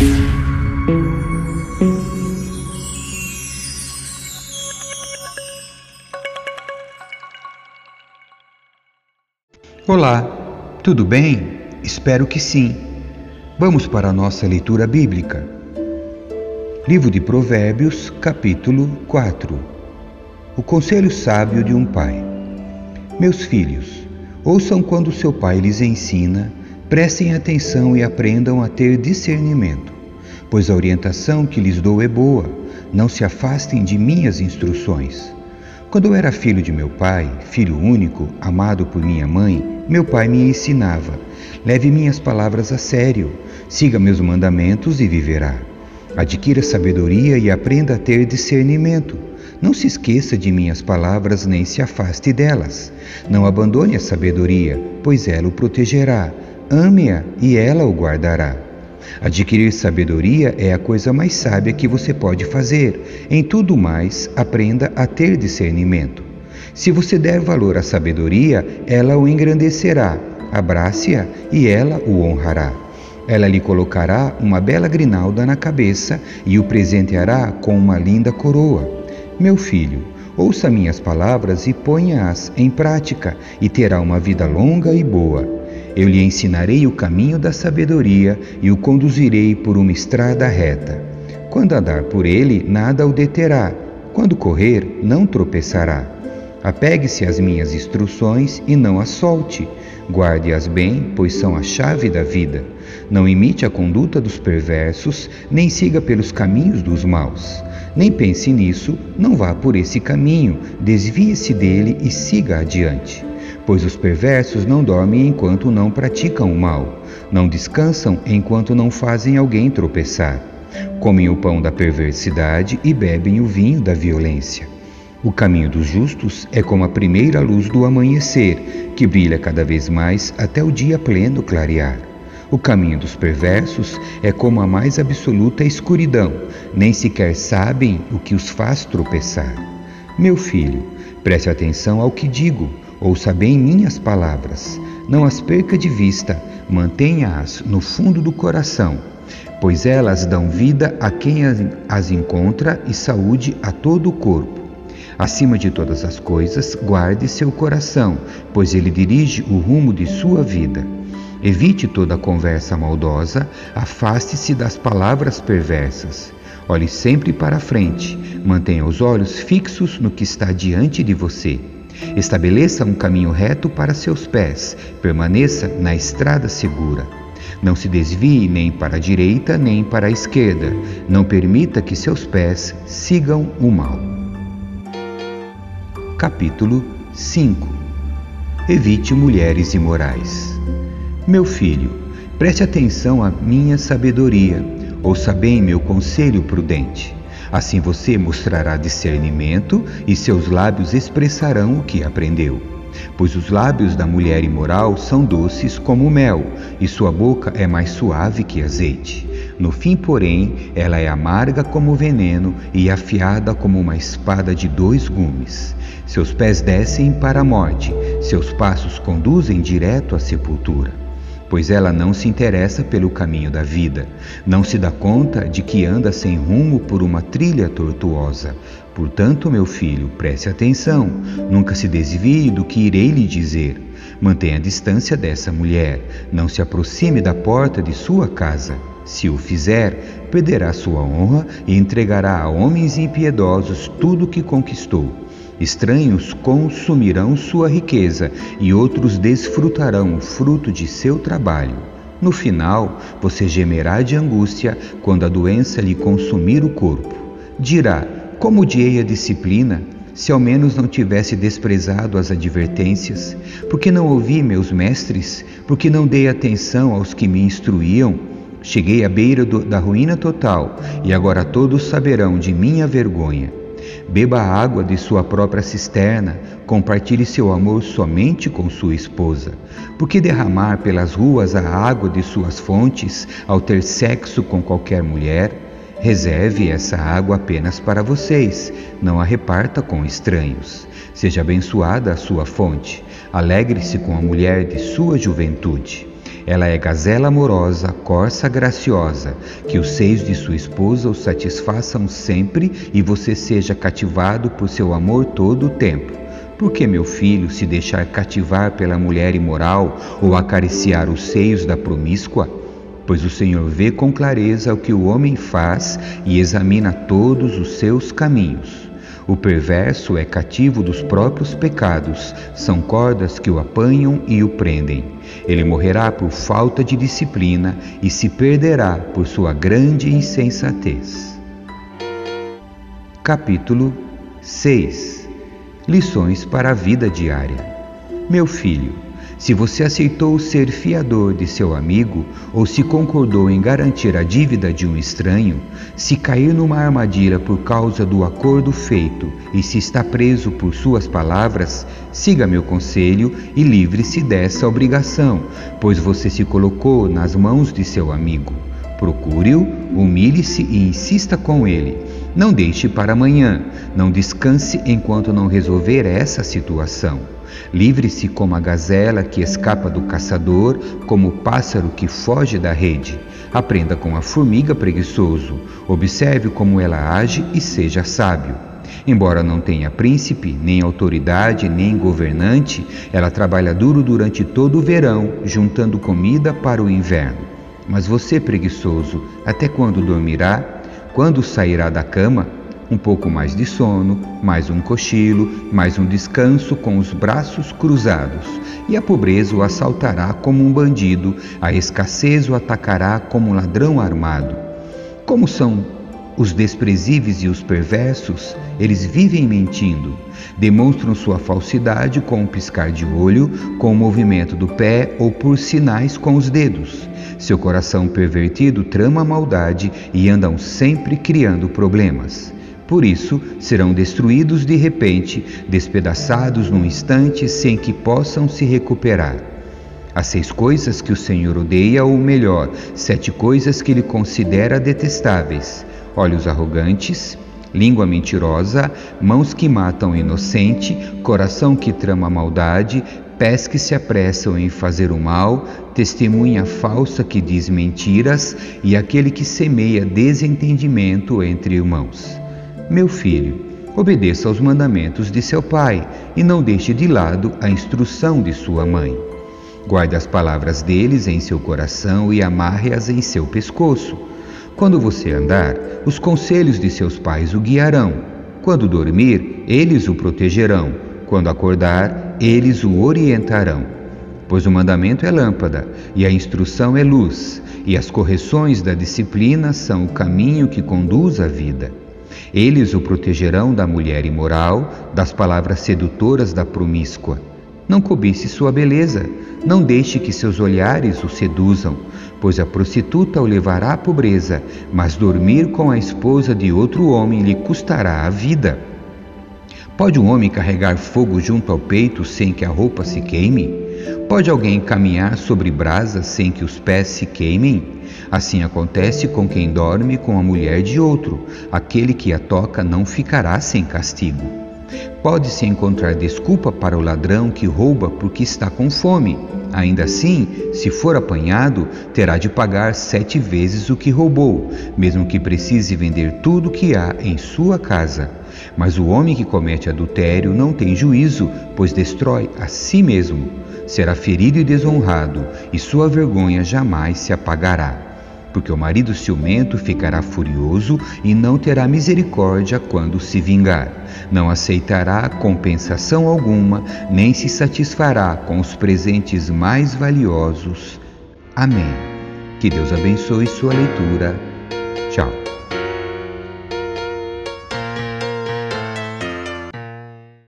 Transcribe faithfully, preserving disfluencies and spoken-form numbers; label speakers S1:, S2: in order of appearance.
S1: Olá, tudo bem? Espero que sim. Vamos para a nossa leitura bíblica. Livro de Provérbios, capítulo quatro. O conselho sábio de um pai. Meus filhos, ouçam quando seu pai lhes ensina, prestem atenção e aprendam a ter discernimento, pois a orientação que lhes dou é boa. Não se afastem de minhas instruções. Quando eu era filho de meu pai, filho único, amado por minha mãe, meu pai me ensinava: leve minhas palavras a sério, siga meus mandamentos e viverá. Adquira sabedoria e aprenda a ter discernimento. Não se esqueça de minhas palavras nem se afaste delas. Não abandone a sabedoria, pois ela o protegerá. Ame-a e ela o guardará. Adquirir sabedoria é a coisa mais sábia que você pode fazer. Em tudo mais, aprenda a ter discernimento. Se você der valor à sabedoria, ela o engrandecerá. Abrace-a e ela o honrará. Ela lhe colocará uma bela grinalda na cabeça e o presenteará com uma linda coroa. Meu filho, ouça minhas palavras e ponha-as em prática, e terá uma vida longa e boa. Eu lhe ensinarei o caminho da sabedoria e o conduzirei por uma estrada reta. Quando andar por ele, nada o deterá. Quando correr, não tropeçará. Apegue-se às minhas instruções e não as solte. Guarde-as bem, pois são a chave da vida. Não imite a conduta dos perversos, nem siga pelos caminhos dos maus. Nem pense nisso, não vá por esse caminho, desvie-se dele e siga adiante. Pois os perversos não dormem enquanto não praticam o mal, não descansam enquanto não fazem alguém tropeçar. Comem o pão da perversidade e bebem o vinho da violência. O caminho dos justos é como a primeira luz do amanhecer, que brilha cada vez mais até o dia pleno clarear. O caminho dos perversos é como a mais absoluta escuridão, nem sequer sabem o que os faz tropeçar. Meu filho, preste atenção ao que digo, ouça bem minhas palavras. Não as perca de vista, mantenha-as no fundo do coração, pois elas dão vida a quem as encontra e saúde a todo o corpo. Acima de todas as coisas, guarde seu coração, pois ele dirige o rumo de sua vida. Evite toda conversa maldosa, afaste-se das palavras perversas. Olhe sempre para a frente, mantenha os olhos fixos no que está diante de você. Estabeleça um caminho reto para seus pés, permaneça na estrada segura. Não se desvie nem para a direita nem para a esquerda, não permita que seus pés sigam o mal. Capítulo cinco. Evite mulheres imorais. Meu filho, preste atenção à minha sabedoria, ouça bem meu conselho prudente. Assim você mostrará discernimento e seus lábios expressarão o que aprendeu. Pois os lábios da mulher imoral são doces como mel, e sua boca é mais suave que azeite. No fim, porém, ela é amarga como veneno e afiada como uma espada de dois gumes. Seus pés descem para a morte, seus passos conduzem direto à sepultura. Pois ela não se interessa pelo caminho da vida, não se dá conta de que anda sem rumo por uma trilha tortuosa. Portanto, meu filho, preste atenção, nunca se desvie do que irei lhe dizer. Mantenha a distância dessa mulher, não se aproxime da porta de sua casa. Se o fizer, perderá sua honra e entregará a homens impiedosos tudo o que conquistou. Estranhos consumirão sua riqueza e outros desfrutarão o fruto de seu trabalho. No final, você gemerá de angústia quando a doença lhe consumir o corpo. Dirá: como odiei a disciplina, se ao menos não tivesse desprezado as advertências, porque não ouvi meus mestres, porque não dei atenção aos que me instruíam. Cheguei à beira do, da ruína total, e agora todos saberão de minha vergonha. Beba a água de sua própria cisterna, compartilhe seu amor somente com sua esposa. Por que derramar pelas ruas a água de suas fontes ao ter sexo com qualquer mulher? Reserve essa água apenas para vocês, não a reparta com estranhos. Seja abençoada a sua fonte, alegre-se com a mulher de sua juventude. Ela é gazela amorosa, corça graciosa, que os seios de sua esposa o satisfaçam sempre e você seja cativado por seu amor todo o tempo. Por que, meu filho, se deixar cativar pela mulher imoral ou acariciar os seios da promíscua? Pois o Senhor vê com clareza o que o homem faz e examina todos os seus caminhos. O perverso é cativo dos próprios pecados, são cordas que o apanham e o prendem. Ele morrerá por falta de disciplina e se perderá por sua grande insensatez. Capítulo seis. Lições para a vida diária. Meu filho, se você aceitou ser fiador de seu amigo ou se concordou em garantir a dívida de um estranho, se cair numa armadilha por causa do acordo feito e se está preso por suas palavras, siga meu conselho e livre-se dessa obrigação, pois você se colocou nas mãos de seu amigo. Procure-o, humilhe-se e insista com ele. Não deixe para amanhã, não descanse enquanto não resolver essa situação. Livre-se como a gazela que escapa do caçador, como o pássaro que foge da rede. Aprenda com a formiga preguiçoso, observe como ela age e seja sábio. Embora não tenha príncipe, nem autoridade, nem governante, ela trabalha duro durante todo o verão, juntando comida para o inverno. Mas você, preguiçoso, até quando dormirá? Quando sairá da cama? Um pouco mais de sono, mais um cochilo, mais um descanso com os braços cruzados. E a pobreza o assaltará como um bandido, a escassez o atacará como um ladrão armado. Como são os desprezíveis e os perversos? Eles vivem mentindo. Demonstram sua falsidade com um piscar de olho, com o movimento do pé ou por sinais com os dedos. Seu coração pervertido trama a maldade e andam sempre criando problemas. Por isso, serão destruídos de repente, despedaçados num instante sem que possam se recuperar. As seis coisas que o Senhor odeia, ou melhor, sete coisas que ele considera detestáveis: olhos arrogantes, língua mentirosa, mãos que matam o inocente, coração que trama a maldade, pés que se apressam em fazer o mal, testemunha falsa que diz mentiras e aquele que semeia desentendimento entre irmãos. Meu filho, obedeça aos mandamentos de seu pai e não deixe de lado a instrução de sua mãe. Guarde as palavras deles em seu coração e amarre-as em seu pescoço. Quando você andar, os conselhos de seus pais o guiarão. Quando dormir, eles o protegerão. Quando acordar, eles o orientarão. Pois o mandamento é lâmpada, e a instrução é luz, e as correções da disciplina são o caminho que conduz à vida. Eles o protegerão da mulher imoral, das palavras sedutoras da promíscua. Não cobice sua beleza, não deixe que seus olhares o seduzam, pois a prostituta o levará à pobreza, mas dormir com a esposa de outro homem lhe custará a vida. Pode um homem carregar fogo junto ao peito sem que a roupa se queime? Pode alguém caminhar sobre brasas sem que os pés se queimem? Assim acontece com quem dorme com a mulher de outro. Aquele que a toca não ficará sem castigo. Pode-se encontrar desculpa para o ladrão que rouba porque está com fome. Ainda assim, se for apanhado, terá de pagar sete vezes o que roubou, mesmo que precise vender tudo o que há em sua casa. Mas o homem que comete adultério não tem juízo, pois destrói a si mesmo. Será ferido e desonrado, e sua vergonha jamais se apagará. Porque o marido ciumento ficará furioso e não terá misericórdia quando se vingar. Não aceitará compensação alguma, nem se satisfará com os presentes mais valiosos. Amém. Que Deus abençoe sua leitura. Tchau.